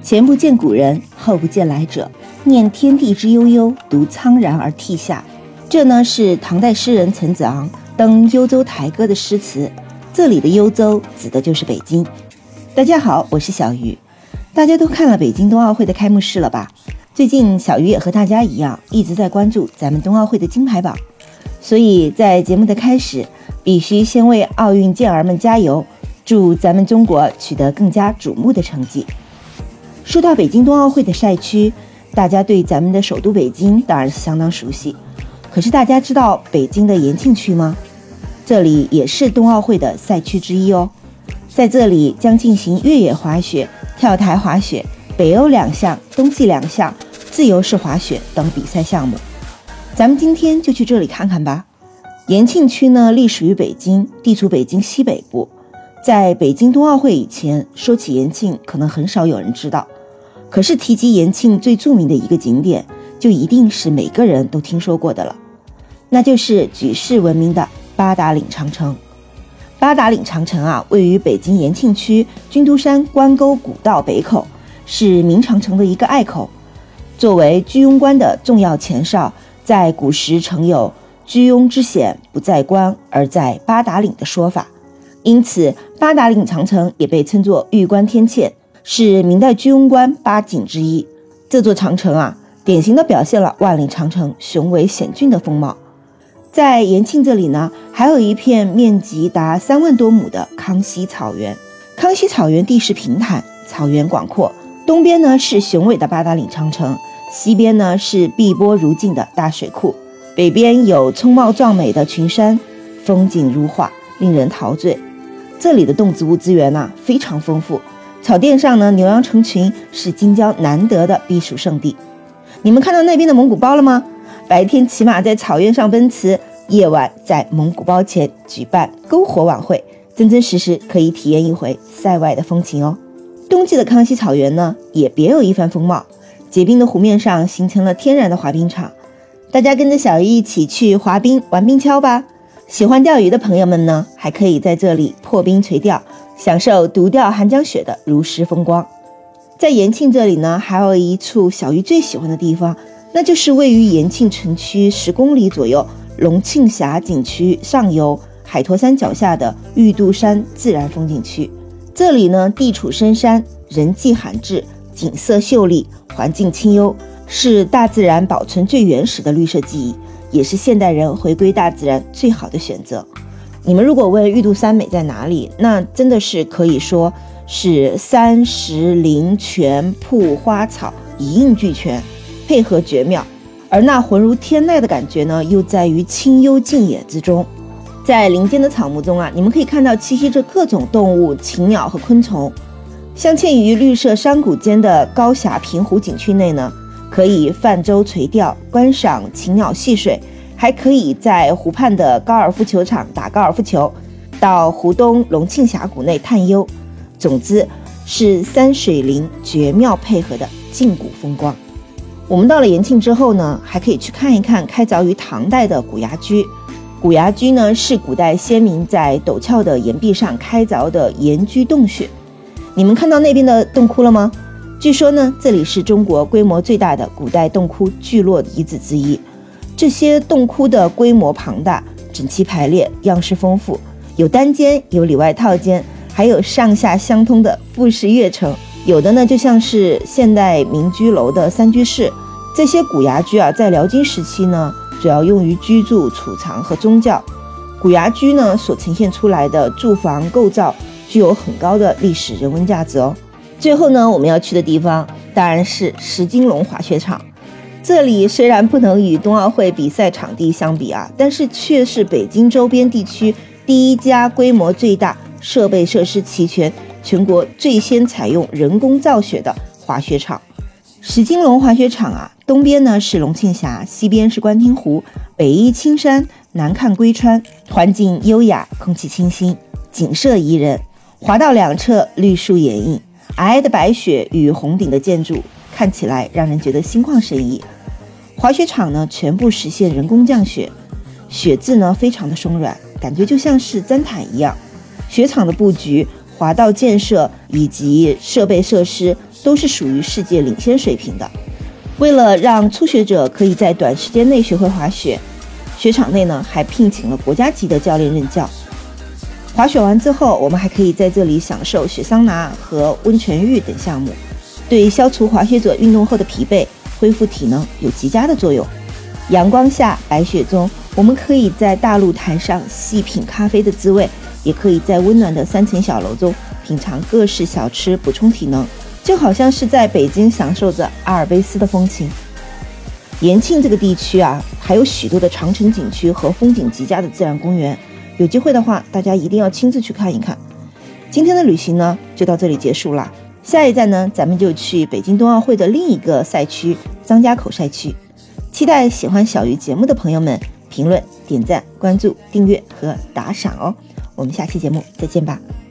前不见古人，后不见来者，念天地之悠悠，独苍然而涕下。这呢是唐代诗人陈子昂登幽州台歌的诗词，这里的幽州指的就是北京。大家好，我是小鱼。大家都看了北京冬奥会的开幕式了吧？最近小鱼也和大家一样，一直在关注咱们冬奥会的金牌榜，所以在节目的开始，必须先为奥运健儿们加油，祝咱们中国取得更加瞩目的成绩。说到北京冬奥会的赛区，大家对咱们的首都北京当然是相当熟悉。可是大家知道北京的延庆区吗？这里也是冬奥会的赛区之一哦。在这里将进行越野滑雪、跳台滑雪、北欧2项、冬季2项、自由式滑雪等比赛项目。咱们今天就去这里看看吧。延庆区呢，隶属于北京，地处北京西北部。在北京冬奥会以前，说起延庆，可能很少有人知道。可是提及延庆最著名的一个景点，就一定是每个人都听说过的了，那就是举世闻名的八达岭长城。八达岭长城啊，位于北京延庆区军都山关沟古道北口，是明长城的一个隘口。作为居庸关的重要前哨，在古时曾有居庸之险不在关而在八达岭的说法，因此八达岭长城也被称作玉关天堑，是明代居庸关8景之一。这座长城啊，典型的表现了万里长城雄伟险峻的风貌。在延庆这里呢，还有一片面积达3万多亩的康熙草原。康熙草原地势平坦，草原广阔，东边呢是雄伟的八达岭长城，西边呢是碧波如镜的大水库，北边有葱茂壮美的群山，风景如画，令人陶醉。这里的动植物资源呢非常丰富，草甸上呢牛羊成群，是京郊难得的避暑胜地。你们看到那边的蒙古包了吗？白天骑马在草原上奔驰，夜晚在蒙古包前举办篝火晚会，真真实实可以体验一回塞外的风情哦。冬季的康熙草原呢也别有一番风貌，结冰的湖面上形成了天然的滑冰场，大家跟着小鱼一起去滑冰玩冰橇吧。喜欢钓鱼的朋友们呢，还可以在这里破冰垂钓，享受独钓寒江雪的如诗风光。在延庆这里呢，还有一处小鱼最喜欢的地方，那就是位于延庆城区10公里左右，龙庆峡景区上游海坨山脚下的玉渡山自然风景区。这里呢，地处深山，人迹罕至，景色秀丽，环境清幽，是大自然保存最原始的绿色记忆，也是现代人回归大自然最好的选择。你们如果问玉渡山美在哪里，那真的是可以说是山石林泉瀑花草一应俱全，配合绝妙。而那浑如天籁的感觉呢，又在于清幽静野之中。在林间的草木中啊，你们可以看到栖息着各种动物、禽鸟和昆虫。镶嵌于绿色山谷间的高峡平湖景区内呢，可以泛舟垂钓，观赏禽鸟戏水，还可以在湖畔的高尔夫球场打高尔夫球，到湖东龙庆峡谷内探幽。总之是山水林绝妙配合的静古风光。我们到了延庆之后呢，还可以去看一看开凿于唐代的古崖居。古崖居呢，是古代先民在陡峭的岩壁上开凿的岩居洞穴。你们看到那边的洞窟了吗？据说呢，这里是中国规模最大的古代洞窟聚落遗址之一。这些洞窟的规模庞大，整齐排列，样式丰富，有单间，有里外套间，还有上下相通的复式跃层，有的呢就像是现代民居楼的3居室。这些古崖居啊，在辽金时期呢，主要用于居住、储藏和宗教。古崖居呢所呈现出来的住房构造具有很高的历史人文价值哦。最后呢，我们要去的地方当然是石金龙滑雪场。这里虽然不能与冬奥会比赛场地相比啊，但是却是北京周边地区第一家规模最大、设备设施齐全、全国最先采用人工造雪的滑雪场。石金龙滑雪场啊，东边呢是龙庆峡，西边是官厅湖，北依青山，南看归川，环境优雅，空气清新，景色宜人。滑道两侧绿树掩映，皑皑的白雪与红顶的建筑看起来让人觉得心旷神怡。滑雪场呢全部实现人工降雪，雪质呢非常的松软，感觉就像是毡毯一样。雪场的布局滑道建设以及设备设施都是属于世界领先水平的。为了让初学者可以在短时间内学会滑雪，雪场内呢还聘请了国家级的教练任教。滑雪完之后，我们还可以在这里享受雪桑拿和温泉浴等项目，对消除滑雪者运动后的疲惫、恢复体能有极佳的作用。阳光下，白雪中，我们可以在大露台上细品咖啡的滋味，也可以在温暖的3层小楼中品尝各式小吃补充体能，就好像是在北京享受着阿尔卑斯的风情。延庆这个地区还有许多的长城景区和风景极佳的自然公园，有机会的话大家一定要亲自去看一看。今天的旅行呢就到这里结束了，下一站呢咱们就去北京冬奥会的另一个赛区张家口赛区。期待喜欢小鱼节目的朋友们评论、点赞、关注、订阅和打赏哦。我们下期节目再见吧。